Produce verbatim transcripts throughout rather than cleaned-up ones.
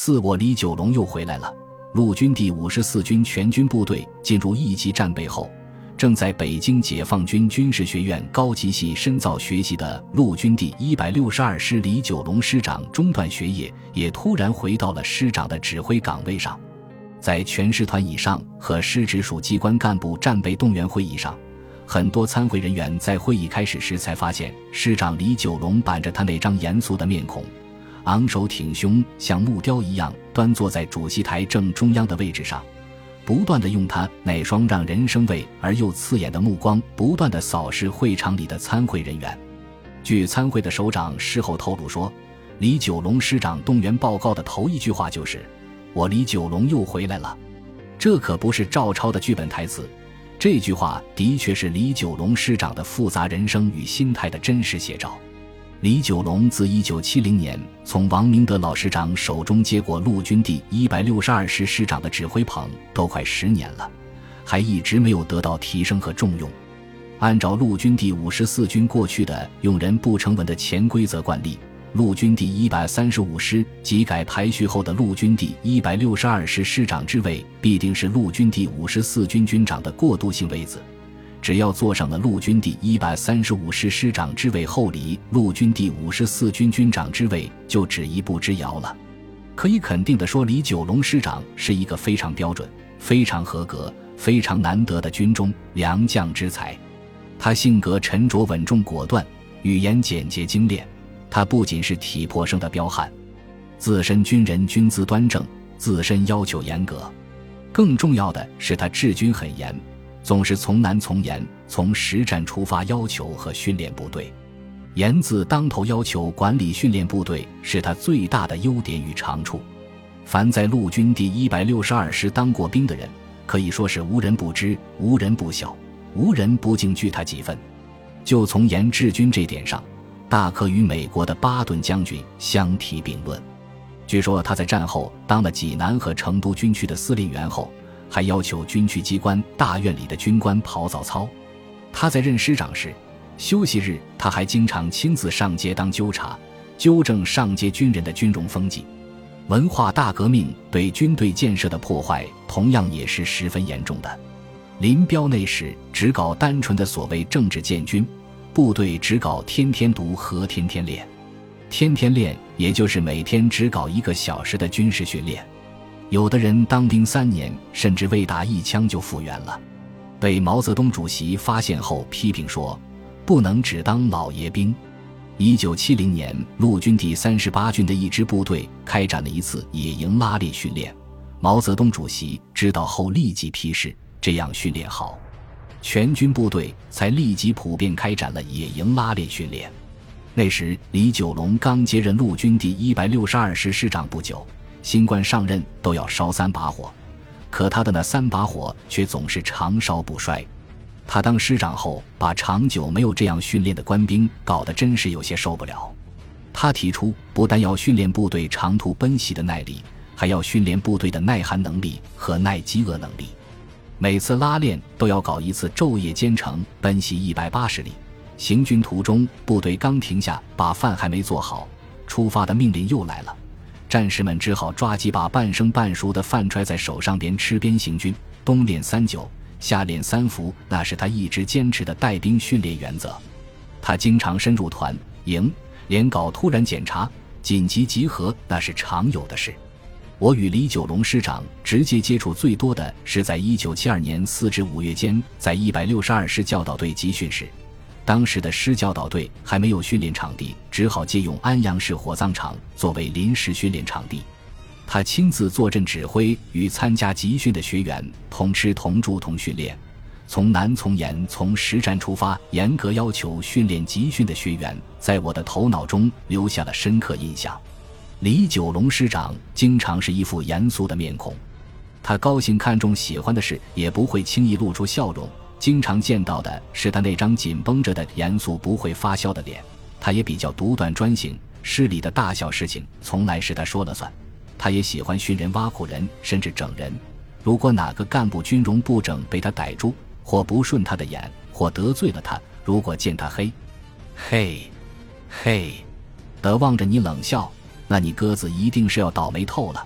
四我李九龙又回来了。陆军第五十四军全军部队进入一级战备后，正在北京解放军军事学院高级系深造学习的陆军第一百六十二师李九龙师长中断学业，也突然回到了师长的指挥岗位上。在全师团以上和师直属机关干部战备动员会议上，很多参会人员在会议开始时才发现，师长李九龙板着他那张严肃的面孔，昂首挺胸，像木雕一样端坐在主席台正中央的位置上，不断地用他那双让人生畏而又刺眼的目光不断地扫视会场里的参会人员。据参会的首长事后透露说，李九龙师长动员报告的头一句话就是我李九龙又回来了。这可不是照抄的剧本台词，这句话的确是李九龙师长的复杂人生与心态的真实写照。李九龙自一九七零年从王明德老师长手中接过陆军第一百六十二师师长的指挥捧都快十年了，还一直没有得到提升和重用。按照陆军第五十四军过去的用人不成文的潜规则惯例，陆军第一百三十五师即改排序后的陆军第一百六十二师师长之位必定是陆军第五十四军军长的过渡性位子，只要坐上了陆军第一百三十五师师长之位后离陆军第五十四军军长之位就只一步之遥了。可以肯定地说，李九龙师长是一个非常标准、非常合格、非常难得的军中良将之才。他性格沉着稳重果断，语言简洁精炼，他不仅是体魄生的彪悍，自身军人军姿端正，自身要求严格，更重要的是他治军很严，总是从难从严，从实战出发要求和训练部队。严字当头要求管理训练部队是他最大的优点与长处。凡在陆军第一百六十二师当过兵的人，可以说是无人不知，无人不晓，无人不敬惧他几分。就从严治军这点上，大可与美国的巴顿将军相提并论。据说他在战后当了济南和成都军区的司令员后，还要求军区机关大院里的军官跑早操。他在任师长时，休息日他还经常亲自上街当纠察，纠正上街军人的军容风纪。文化大革命对军队建设的破坏同样也是十分严重的。林彪那时只搞单纯的所谓政治建军，部队只搞天天读和天天练。天天练也就是每天只搞一个小时的军事训练。有的人当兵三年，甚至未打一枪就复员了。被毛泽东主席发现后批评说，不能只当老爷兵。一九七零年，陆军第三十八军的一支部队开展了一次野营拉练训练，毛泽东主席知道后立即批示，这样训练好。全军部队才立即普遍开展了野营拉练训练。那时李九龙刚接任陆军第一百六十二师师长不久，新官上任都要烧三把火，可他的那三把火却总是长烧不衰。他当师长后，把长久没有这样训练的官兵搞得真是有些受不了。他提出不但要训练部队长途奔袭的耐力，还要训练部队的耐寒能力和耐饥饿能力。每次拉练都要搞一次昼夜兼程奔袭一百八十里，行军途中部队刚停下，把饭还没做好，出发的命令又来了，战士们只好抓几把半生半熟的饭揣在手上，边吃边行军，冬练三九，夏练三伏，那是他一直坚持的带兵训练原则。他经常深入团营，连搞突然检查、紧急集合那是常有的事。我与李九龙师长直接接触最多的是在一九七二年四至五月间，在一百六十二师教导队集训时，当时的师教导队还没有训练场地，只好借用安阳市火葬场作为临时训练场地。他亲自坐镇指挥，与参加集训的学员同吃同住同训练，从难从严，从实战出发，严格要求训练集训的学员在我的头脑中留下了深刻印象。李九龙师长经常是一副严肃的面孔，他高兴看重喜欢的事也不会轻易露出笑容，经常见到的是他那张紧绷着的严肃不会发笑的脸。他也比较独断专行，师里的大小事情从来是他说了算。他也喜欢训人挖苦人，甚至整人。如果哪个干部军容不整被他逮住，或不顺他的眼，或得罪了他，如果见他嘿嘿嘿的望着你冷笑，那你鸽子一定是要倒霉透了。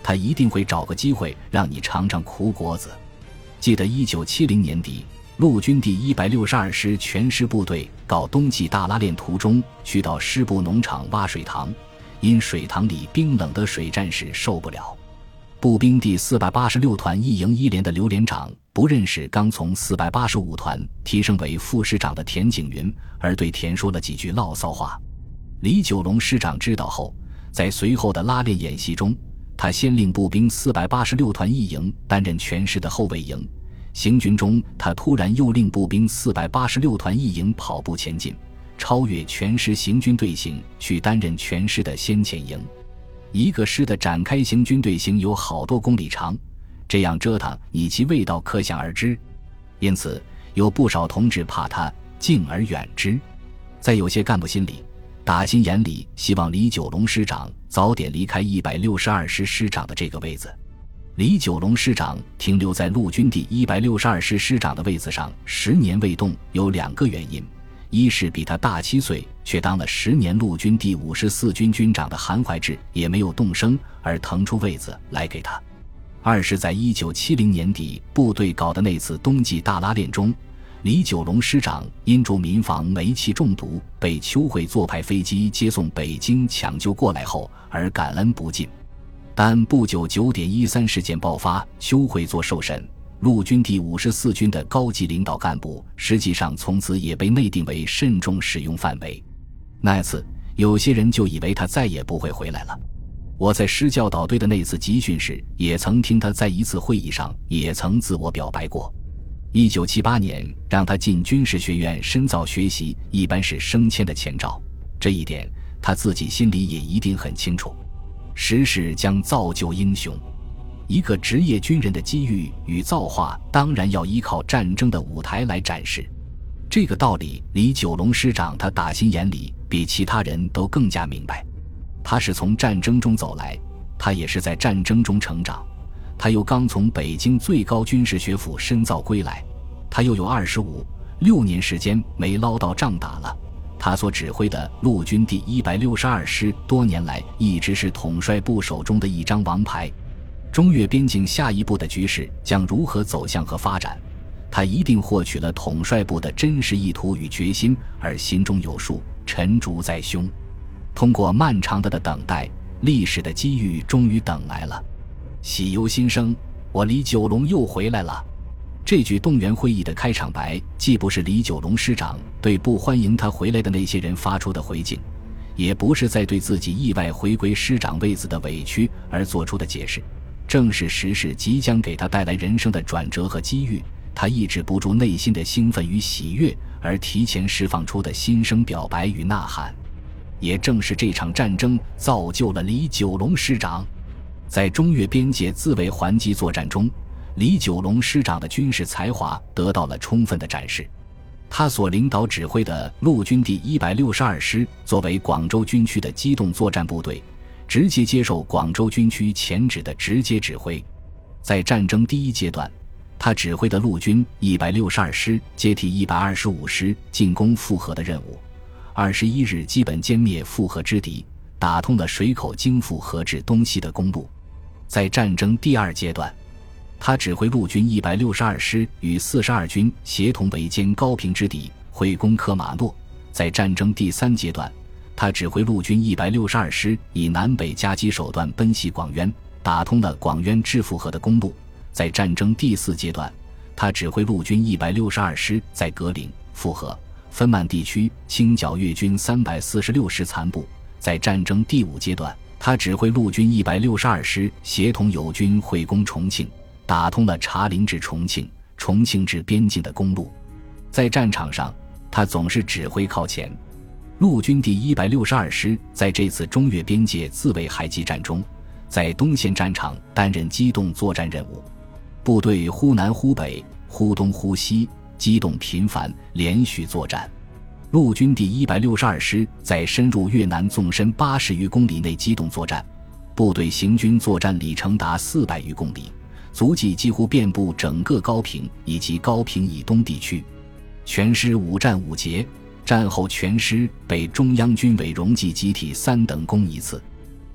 他一定会找个机会让你尝尝苦果子。记得一九七零年底，陆军第一百六十二师全师部队搞冬季大拉练途中，去到师部农场挖水塘，因水塘里冰冷的水战士受不了。步兵第四百八十六团一营一连的刘连长不认识刚从四百八十五团提升为副师长的田景云，而对田说了几句牢骚话。李九龙师长知道后，在随后的拉练演习中，他先令步兵四百八十六团一营担任全师的后卫营，行军中他突然又令步兵四百八十六团一营跑步前进，超越全师行军队形去担任全师的先遣营。一个师的展开行军队形有好多公里长，这样折腾你其味道可想而知。因此有不少同志怕他，敬而远之。在有些干部心里，打心眼里希望李九龙师长早点离开一百六十二师师长的这个位子。李九龙师长停留在陆军第一百六十二师师长的位子上十年未动，有两个原因：一是比他大七岁却当了十年陆军第五十四军军长的韩怀志也没有动声而腾出位子来给他；二是在一九七零年底部队搞的那次冬季大拉练中，李九龙师长因住民房煤气中毒被邱会作派飞机接送北京抢救过来后而感恩不尽。但不久九点一三事件爆发，邱会作受审，陆军第五十四军的高级领导干部实际上从此也被内定为慎重使用范围。那次有些人就以为他再也不会回来了。我在师教导队的那次集训时也曾听他在一次会议上也曾自我表白过。一九七八年让他进军事学院深造学习，一般是升迁的前兆，这一点他自己心里也一定很清楚。时势将造就英雄，一个职业军人的机遇与造化当然要依靠战争的舞台来展示。这个道理李九龙师长他打心眼里比其他人都更加明白。他是从战争中走来，他也是在战争中成长，他又刚从北京最高军事学府深造归来，他又有二十五六年时间没捞到仗打了。他所指挥的陆军第一百六十二师多年来一直是统帅部手中的一张王牌。中越边境下一步的局势将如何走向和发展，他一定获取了统帅部的真实意图与决心，而心中有数，沉着在胸。通过漫长的的等待，历史的机遇终于等来了。喜由心生，我李九龙又回来了。这句动员会议的开场白既不是李九龙师长对不欢迎他回来的那些人发出的回敬，也不是在对自己意外回归师长位子的委屈而做出的解释，正是时势即将给他带来人生的转折和机遇，他抑制不住内心的兴奋与喜悦而提前释放出的心声表白与呐喊。也正是这场战争造就了李九龙师长。在中越边界自卫还击作战中，李九龙师长的军事才华得到了充分的展示。他所领导指挥的陆军第一百六十二师作为广州军区的机动作战部队，直接接受广州军区前指的直接指挥。在战争第一阶段，他指挥的陆军一百六十二师接替一百二十五师进攻富河的任务，二十一日基本歼灭富河之敌，打通了水口经富河至东西的公路。在战争第二阶段，他指挥陆军一百六十二师与四十二军协同围歼高平之敌，会攻科马诺。在战争第三阶段，他指挥陆军一百六十二师以南北夹击手段奔袭广渊，打通了广渊至富河的公路。在战争第四阶段，他指挥陆军一百六十二师在格岭、富河、分曼地区清剿越军三百四十六师残部。在战争第五阶段，他指挥陆军一百六十二师协同友军会攻重庆，打通了茶陵至重庆、重庆至边境的公路。在战场上，他总是指挥靠前。陆军第一百六十二师在这次中越边界自卫还击战中，在东线战场担任机动作战任务，部队忽南忽北、忽东忽西，机动频繁，连续作战。陆军第一百六十二师在深入越南纵深八十余公里内机动作战，部队行军作战里程达四百余公里，足迹几乎遍布整个高平以及高平以东地区。全师五战五捷，战后全师被中央军委荣记集体三等功一次。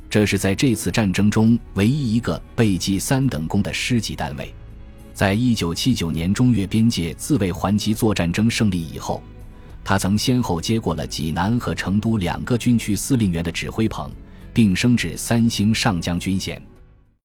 这是在这次战争中唯一一个被记三等功的师级单位。在一九七九年中越边界自卫还击作战争胜利以后，他曾先后接过了济南和成都两个军区司令员的指挥捧，并升至三星上将军衔。